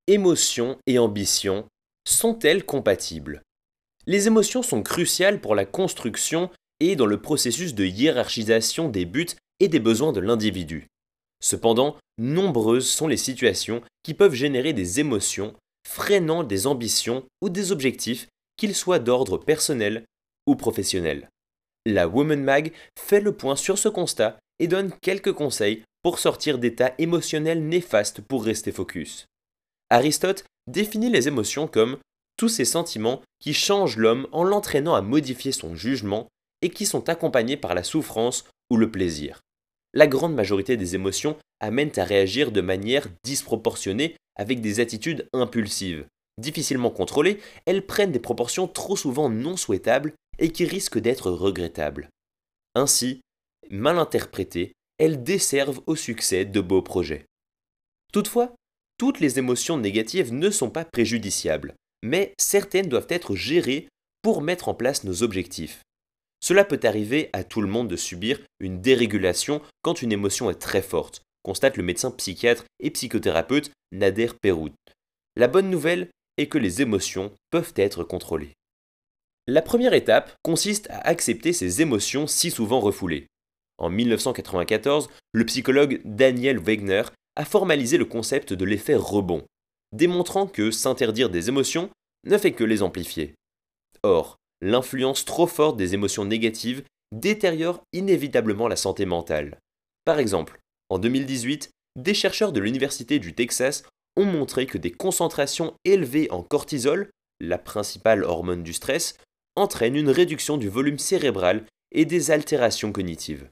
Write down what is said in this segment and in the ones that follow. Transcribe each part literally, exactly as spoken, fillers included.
Émotions et ambition sont-elles compatibles? Les émotions sont cruciales pour la construction et dans le processus de hiérarchisation des buts et des besoins de l'individu. Cependant, nombreuses sont les situations qui peuvent générer des émotions, freinant des ambitions ou des objectifs, qu'ils soient d'ordre personnel ou professionnel. La Woman Mag fait le point sur ce constat et donne quelques conseils pour sortir d'états émotionnels néfastes pour rester focus. Aristote définit les émotions comme tous ces sentiments qui changent l'homme en l'entraînant à modifier son jugement et qui sont accompagnés par la souffrance ou le plaisir. La grande majorité des émotions amènent à réagir de manière disproportionnée avec des attitudes impulsives. Difficilement contrôlées, elles prennent des proportions trop souvent non souhaitables et qui risquent d'être regrettables. Ainsi, mal interprétées, elles desservent au succès de beaux projets. Toutefois, toutes les émotions négatives ne sont pas préjudiciables, mais certaines doivent être gérées pour mettre en place nos objectifs. Cela peut arriver à tout le monde de subir une dérégulation quand une émotion est très forte, constate le médecin psychiatre et psychothérapeute Nader Perrout. La bonne nouvelle est que les émotions peuvent être contrôlées. La première étape consiste à accepter ces émotions si souvent refoulées. En mille neuf cent quatre-vingt-quatorze, le psychologue Daniel Wegner a formalisé le concept de l'effet rebond, démontrant que s'interdire des émotions ne fait que les amplifier. Or, l'influence trop forte des émotions négatives détériore inévitablement la santé mentale. Par exemple, en deux mille dix-huit, des chercheurs de l'Université du Texas ont montré que des concentrations élevées en cortisol, la principale hormone du stress, entraînent une réduction du volume cérébral et des altérations cognitives.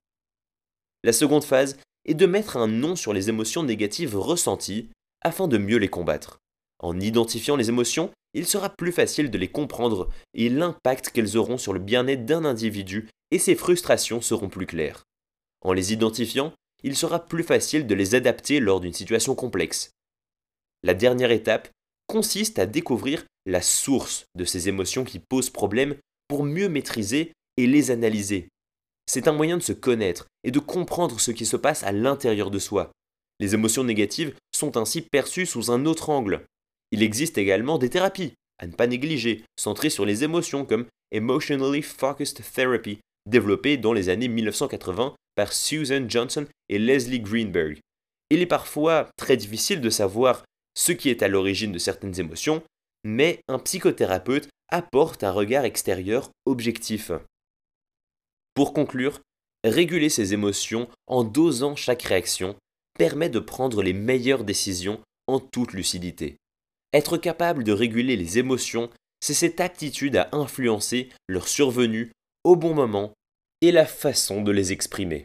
La seconde phase est de mettre un nom sur les émotions négatives ressenties afin de mieux les combattre. En identifiant les émotions, il sera plus facile de les comprendre et l'impact qu'elles auront sur le bien-être d'un individu et ses frustrations seront plus claires. En les identifiant, il sera plus facile de les adapter lors d'une situation complexe. La dernière étape consiste à découvrir la source de ces émotions qui posent problème pour mieux maîtriser et les analyser. C'est un moyen de se connaître et de comprendre ce qui se passe à l'intérieur de soi. Les émotions négatives sont ainsi perçues sous un autre angle. Il existe également des thérapies, à ne pas négliger, centrées sur les émotions comme Emotionally Focused Therapy, développée dans les années mille neuf cent quatre-vingts par Susan Johnson et Leslie Greenberg. Il est parfois très difficile de savoir ce qui est à l'origine de certaines émotions, mais un psychothérapeute apporte un regard extérieur objectif. Pour conclure, réguler ses émotions en dosant chaque réaction permet de prendre les meilleures décisions en toute lucidité. Être capable de réguler les émotions, c'est cette aptitude à influencer leur survenue au bon moment et la façon de les exprimer.